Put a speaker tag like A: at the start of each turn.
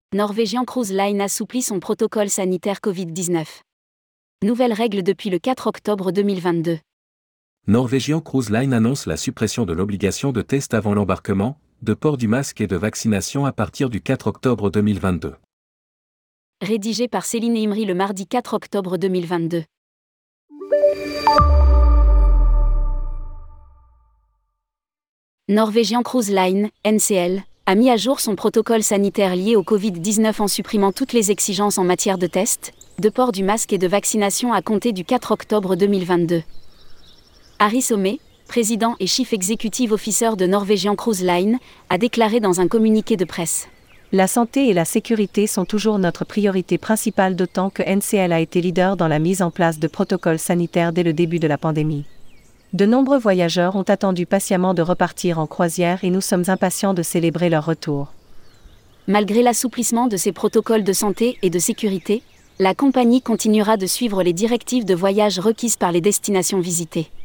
A: Norwegian Cruise Line assouplit son protocole sanitaire Covid-19. Nouvelles règles depuis le 4 octobre 2022.
B: Norwegian Cruise Line annonce la suppression de l'obligation de test avant l'embarquement, de port du masque et de vaccination à partir du 4 octobre 2022.
A: Rédigé par Céline Imri le mardi 4 octobre 2022. Norwegian Cruise Line, NCL, a mis à jour son protocole sanitaire lié au Covid-19 en supprimant toutes les exigences en matière de tests, de port du masque et de vaccination à compter du 4 octobre 2022. Harry Sommet, président et chief executive officer de Norwegian Cruise Line, a déclaré dans un communiqué de presse.
C: La santé et la sécurité sont toujours notre priorité principale, d'autant que NCL a été leader dans la mise en place de protocoles sanitaires dès le début de la pandémie. De nombreux voyageurs ont attendu patiemment de repartir en croisière et nous sommes impatients de célébrer leur retour.
A: Malgré l'assouplissement de ces protocoles de santé et de sécurité, la compagnie continuera de suivre les directives de voyage requises par les destinations visitées.